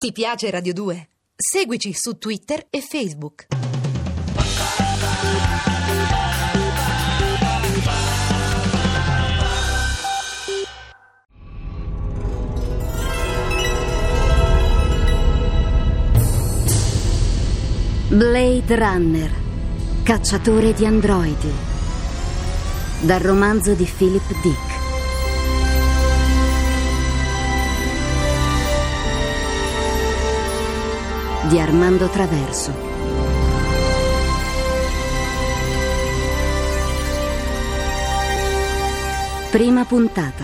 Ti piace Radio 2? Seguici su Twitter e Facebook. Blade Runner, cacciatore di androidi, dal romanzo di Philip Dick. Di Armando Traverso. Prima puntata.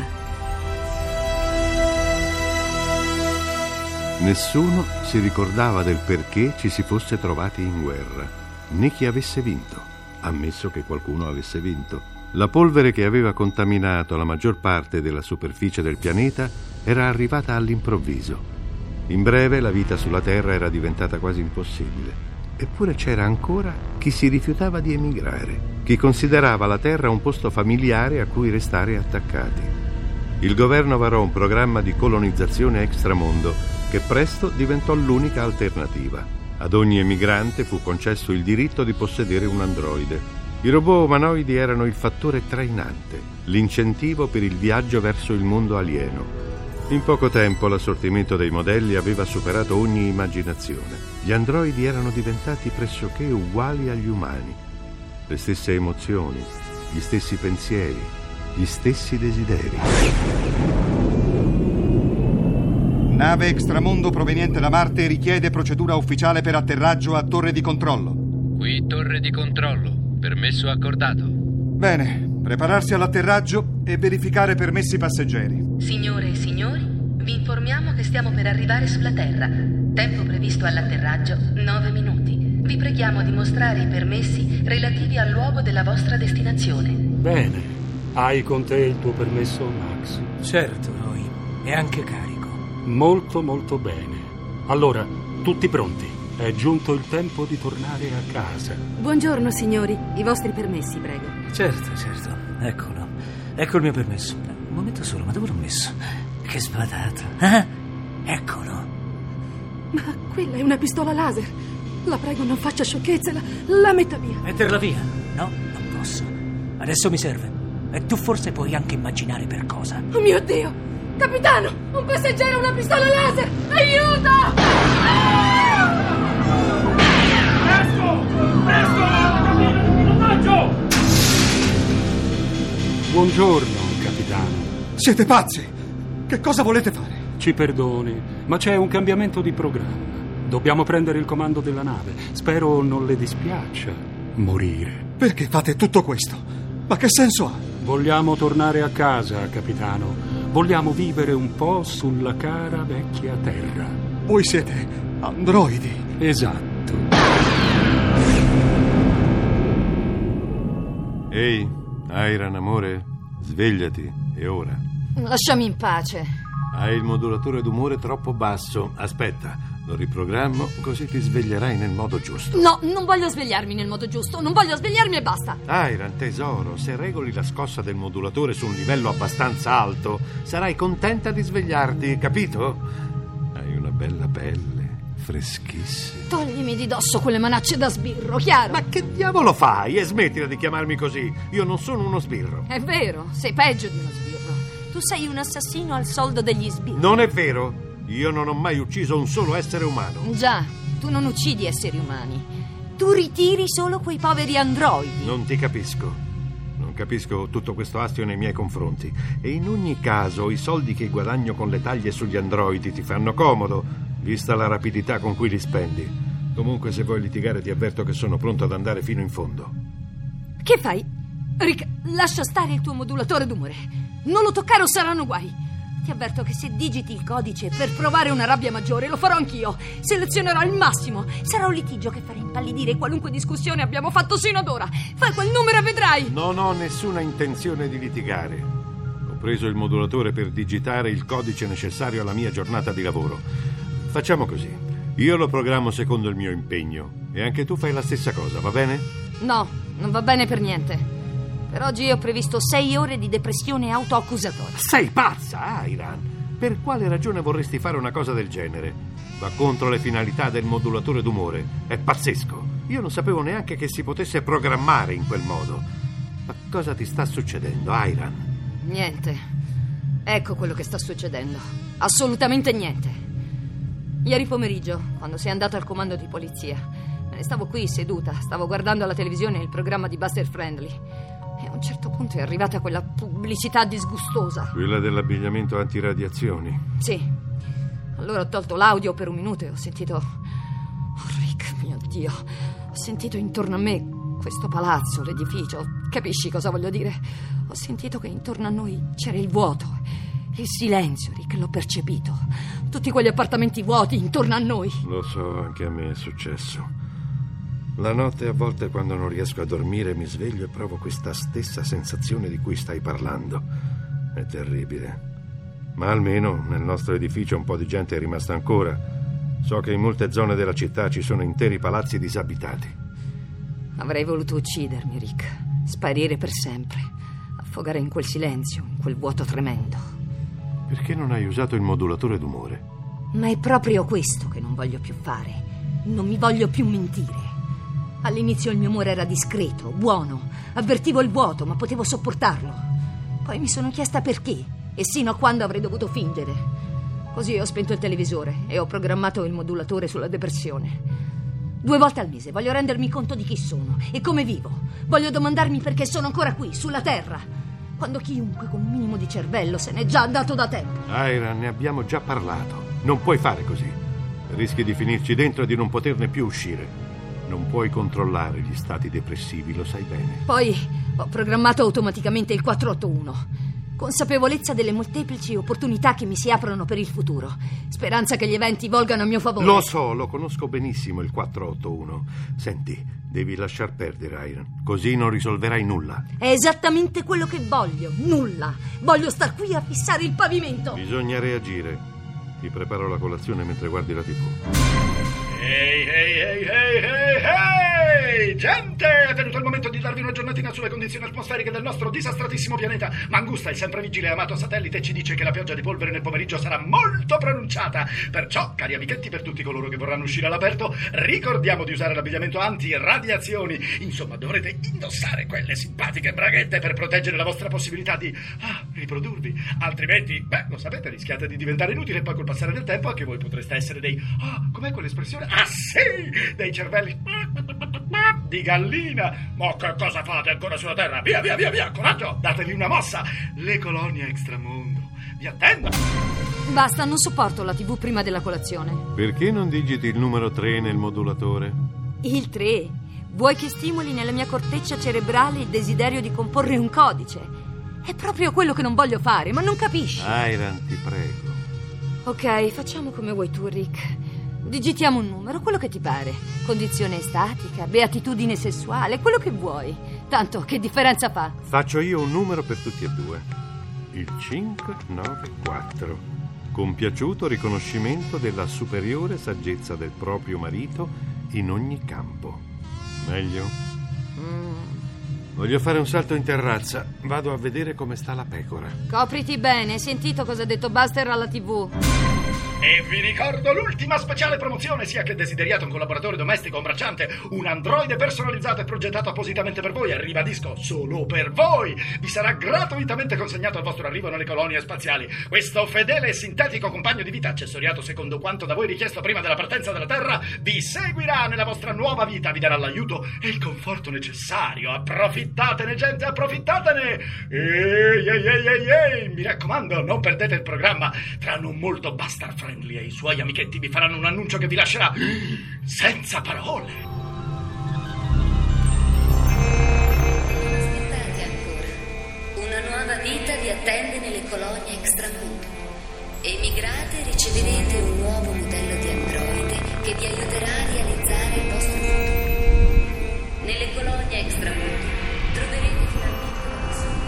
Nessuno si ricordava del perché ci si fosse trovati in guerra, né chi avesse vinto, ammesso che qualcuno avesse vinto. La polvere che aveva contaminato la maggior parte della superficie del pianeta era arrivata all'improvviso. In breve, la vita sulla Terra era diventata quasi impossibile. Eppure c'era ancora chi si rifiutava di emigrare, chi considerava la Terra un posto familiare a cui restare attaccati. Il governo varò un programma di colonizzazione extramondo che presto diventò l'unica alternativa. Ad ogni emigrante fu concesso il diritto di possedere un androide. I robot umanoidi erano il fattore trainante, l'incentivo per il viaggio verso il mondo alieno. In poco tempo l'assortimento dei modelli aveva superato ogni immaginazione. Gli androidi erano diventati pressoché uguali agli umani. Le stesse emozioni, gli stessi pensieri, gli stessi desideri. Nave extramondo proveniente da Marte richiede procedura ufficiale per atterraggio a torre di controllo. Qui torre di controllo. Permesso accordato. Bene, prepararsi all'atterraggio e verificare permessi passeggeri. Signore e signori, vi informiamo che stiamo per arrivare sulla Terra. Tempo previsto all'atterraggio 9 minuti. Vi preghiamo di mostrare i permessi relativi al luogo della vostra destinazione. Bene. Hai con te il tuo permesso, Max? Certo, noi. E anche carico. Molto, molto bene. Allora, tutti pronti. È giunto il tempo di tornare a casa. Buongiorno, signori. I vostri permessi, prego. Certo. Eccolo. Ecco il mio permesso. Un momento solo, ma dove l'ho messo? Che sbadato. Eccolo. Ma quella è una pistola laser. La prego, non faccia sciocchezze. La metta via. Metterla via? No, non posso. Adesso mi serve. E tu forse puoi anche immaginare per cosa. Oh mio Dio! Capitano! Un passeggero ha una pistola laser! Aiuto! Presto! Pilotaggio! Buongiorno, capitano. Siete pazzi! Che cosa volete fare? Ci perdoni, ma c'è un cambiamento di programma. Dobbiamo prendere il comando della nave. Spero non le dispiaccia morire. Perché fate tutto questo? Ma che senso ha? Vogliamo tornare a casa, capitano. Vogliamo vivere un po' sulla cara vecchia terra. Voi siete androidi. Esatto. Ehi, Iran, amore, svegliati, è ora. Lasciami in pace. Hai il modulatore d'umore troppo basso. Aspetta, lo riprogrammo così ti sveglierai nel modo giusto. No, non voglio svegliarmi nel modo giusto. Non voglio svegliarmi e basta. Iran, tesoro, se regoli la scossa del modulatore su un livello abbastanza alto, sarai contenta di svegliarti, capito? Hai una bella pelle, freschissima. Toglimi di dosso quelle manacce da sbirro, chiaro? Ma che diavolo fai? E smettila di chiamarmi così. Io non sono uno sbirro. È vero, sei peggio di uno sbirro. Tu sei un assassino al soldo degli sbirri. Non è vero. Io non ho mai ucciso un solo essere umano. Già, tu non uccidi esseri umani. Tu ritiri solo quei poveri androidi. Non ti capisco. Non capisco tutto questo astio nei miei confronti. E in ogni caso i soldi che guadagno con le taglie sugli androidi ti fanno comodo, vista la rapidità con cui li spendi. Comunque, se vuoi litigare ti avverto che sono pronto ad andare fino in fondo. Che fai? Rick, lascia stare il tuo modulatore d'umore. Non lo toccare o saranno guai. Ti avverto che se digiti il codice per provare una rabbia maggiore, lo farò anch'io. Selezionerò il massimo. Sarà un litigio che farà impallidire qualunque discussione abbiamo fatto sino ad ora. Fai quel numero e vedrai. Non ho nessuna intenzione di litigare. Ho preso il modulatore per digitare il codice necessario alla mia giornata di lavoro. Facciamo così. Io lo programmo secondo il mio impegno e anche tu fai la stessa cosa, va bene? No, non va bene per niente. Per oggi ho previsto 6 ore di depressione autoaccusatoria. Sei pazza, Iran! Per quale ragione vorresti fare una cosa del genere? Va contro le finalità del modulatore d'umore. È pazzesco. Io non sapevo neanche che si potesse programmare in quel modo. Ma cosa ti sta succedendo, Iran? Niente. Ecco quello che sta succedendo. Assolutamente niente. Ieri pomeriggio, quando sei andato al comando di polizia, me ne stavo qui seduta, stavo guardando alla televisione il programma di Buster Friendly. E a un certo punto è arrivata quella pubblicità disgustosa. Quella dell'abbigliamento antiradiazioni? Sì. Allora ho tolto l'audio per un minuto e ho sentito... Oh, Rick, mio Dio. Ho sentito intorno a me questo palazzo, l'edificio. Capisci cosa voglio dire? Ho sentito che intorno a noi c'era il vuoto. Il silenzio, Rick, l'ho percepito. Tutti quegli appartamenti vuoti intorno a noi. Lo so, anche a me è successo. La notte a volte quando non riesco a dormire mi sveglio e provo questa stessa sensazione di cui stai parlando. È terribile. Ma almeno nel nostro edificio un po' di gente è rimasta ancora. So che in molte zone della città ci sono interi palazzi disabitati. Avrei voluto uccidermi, Rick. Sparire per sempre. Affogare in quel silenzio, in quel vuoto tremendo. Perché non hai usato il modulatore d'umore? Ma è proprio questo che non voglio più fare. Non mi voglio più mentire. All'inizio il mio umore era discreto, buono. Avvertivo il vuoto, ma potevo sopportarlo. Poi mi sono chiesta perché e sino a quando avrei dovuto fingere. Così ho spento il televisore e ho programmato il modulatore sulla depressione. 2 volte al mese voglio rendermi conto di chi sono e come vivo. Voglio domandarmi perché sono ancora qui, sulla Terra, quando chiunque con un minimo di cervello se n'è già andato da tempo. Iran, ne abbiamo già parlato. Non puoi fare così. Rischi di finirci dentro e di non poterne più uscire. Non puoi controllare gli stati depressivi, lo sai bene. Poi ho programmato automaticamente il 481. Consapevolezza delle molteplici opportunità che mi si aprono per il futuro. Speranza che gli eventi volgano a mio favore. Lo so, lo conosco benissimo il 481. Senti, devi lasciar perdere, Iran. Così non risolverai nulla. È esattamente quello che voglio. Nulla. Voglio star qui a fissare il pavimento. Bisogna reagire. Ti preparo la colazione mentre guardi la TV. Ehi! Gente, è venuto il momento di darvi un'aggiornatina sulle condizioni atmosferiche del nostro disastratissimo pianeta. Mangusta, il sempre vigile e amato satellite, ci dice che la pioggia di polvere nel pomeriggio sarà molto pronunciata. Perciò, cari amichetti, per tutti coloro che vorranno uscire all'aperto, ricordiamo di usare l'abbigliamento anti-radiazioni. Insomma, dovrete indossare quelle simpatiche braghette per proteggere la vostra possibilità di riprodurvi. Altrimenti, lo sapete, rischiate di diventare inutili e poi col passare del tempo anche voi potreste essere dei... com'è quell'espressione? Sì! Dei cervelli... di gallina. Ma che cosa fate ancora sulla Terra? Via, coraggio, datevi una mossa. Le colonie extramondo vi attendono. Basta, non sopporto la TV prima della colazione. Perché non digiti il numero 3 nel modulatore? Il 3? Vuoi che stimoli nella mia corteccia cerebrale il desiderio di comporre un codice? È proprio quello che non voglio fare, ma non capisci. Iran, ti prego. Ok, facciamo come vuoi tu, Rick. Digitiamo un numero, quello che ti pare. Condizione statica, beatitudine sessuale, quello che vuoi. Tanto, che differenza fa? Faccio io un numero per tutti e due. Il 594. Compiaciuto riconoscimento della superiore saggezza del proprio marito in ogni campo. Meglio? Voglio fare un salto in terrazza. Vado a vedere come sta la pecora. Copriti bene, hai sentito cosa ha detto Buster alla TV? E vi ricordo l'ultima speciale promozione, sia che desideriate un collaboratore domestico o un bracciante, un androide personalizzato e progettato appositamente per voi, e ribadisco, solo per voi, vi sarà gratuitamente consegnato al vostro arrivo nelle colonie spaziali. Questo fedele e sintetico compagno di vita, accessoriato secondo quanto da voi richiesto prima della partenza dalla Terra, vi seguirà nella vostra nuova vita, vi darà l'aiuto e il conforto necessario. Approfittatene, gente, approfittatene! Ehi, mi raccomando, non perdete il programma. Tra non molto Buster Friendly e i suoi amichetti vi faranno un annuncio che vi lascerà senza parole. Aspettate ancora. Una nuova vita vi attende nelle colonie extramondo. Emigrate e riceverete un nuovo modello di androide che vi aiuterà a realizzare il vostro futuro. Nelle colonie extramondo troverete finalmente la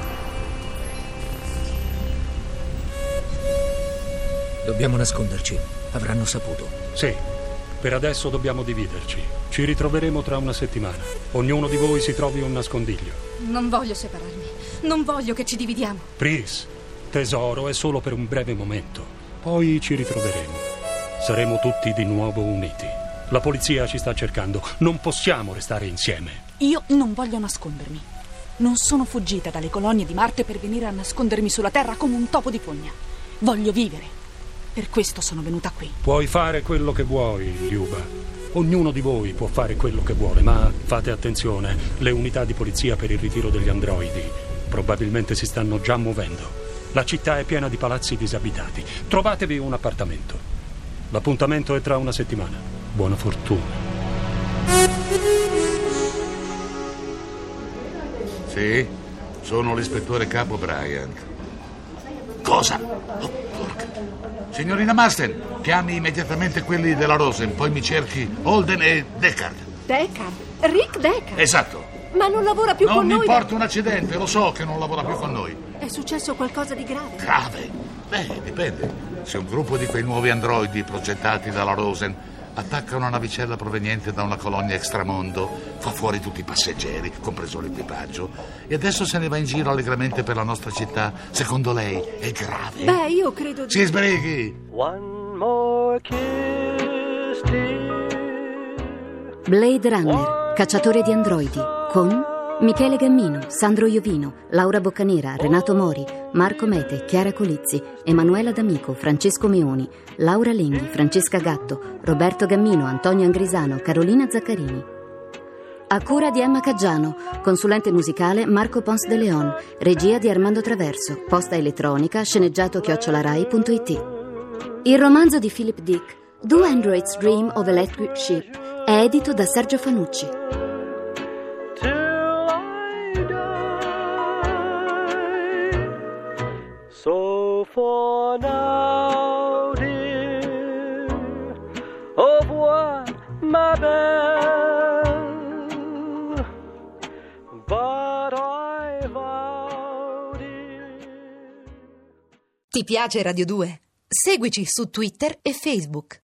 Dobbiamo nasconderci. Avranno saputo. Sì, per adesso dobbiamo dividerci. Ci ritroveremo tra una settimana. Ognuno di voi si trovi un nascondiglio. Non voglio separarmi. Non voglio che ci dividiamo. Pris, tesoro, è solo per un breve momento. Poi ci ritroveremo. Saremo tutti di nuovo uniti. La polizia ci sta cercando. Non possiamo restare insieme. Io non voglio nascondermi. Non sono fuggita dalle colonie di Marte per venire a nascondermi sulla Terra come un topo di fogna. Voglio vivere. Per questo sono venuta qui. Puoi fare quello che vuoi, Liuba. Ognuno di voi può fare quello che vuole, ma fate attenzione. Le unità di polizia per il ritiro degli androidi probabilmente si stanno già muovendo. La città è piena di palazzi disabitati. Trovatevi un appartamento. L'appuntamento è tra una settimana. Buona fortuna. Sì, sono l'ispettore capo Bryant. Cosa? Oh, porca. Signorina Marsden, chiami immediatamente quelli della Rosen, poi mi cerchi Holden e Deckard. Deckard? Rick Deckard? Esatto. Ma non lavora più con noi? Non mi importa un accidente, lo so che non lavora più con noi. È successo qualcosa di grave? Grave? Beh, dipende. Se un gruppo di quei nuovi androidi progettati dalla Rosen attacca una navicella proveniente da una colonia extramondo, fa fuori tutti i passeggeri, compreso l'equipaggio, e adesso se ne va in giro allegramente per la nostra città, secondo lei è grave? Beh, io credo di... Si sbrighi! One more kiss, dear. Blade Runner, cacciatore di androidi, con Michele Gammino, Sandro Iovino, Laura Boccanera, Renato Mori, Marco Mete, Chiara Colizzi, Emanuela D'Amico, Francesco Meoni, Laura Lenghi, Francesca Gatto, Roberto Gammino, Antonio Angrisano, Carolina Zaccarini. A cura di Emma Caggiano, consulente musicale Marco Pons de Leon, regia di Armando Traverso, posta elettronica sceneggiato@rai.it. Il romanzo di Philip Dick, Do Androids Dream of Electric Sheep, è edito da Sergio Fanucci. So for now, dear, au revoir, ma belle, but I vow, dear. Ti piace Radio 2? Seguici su Twitter e Facebook.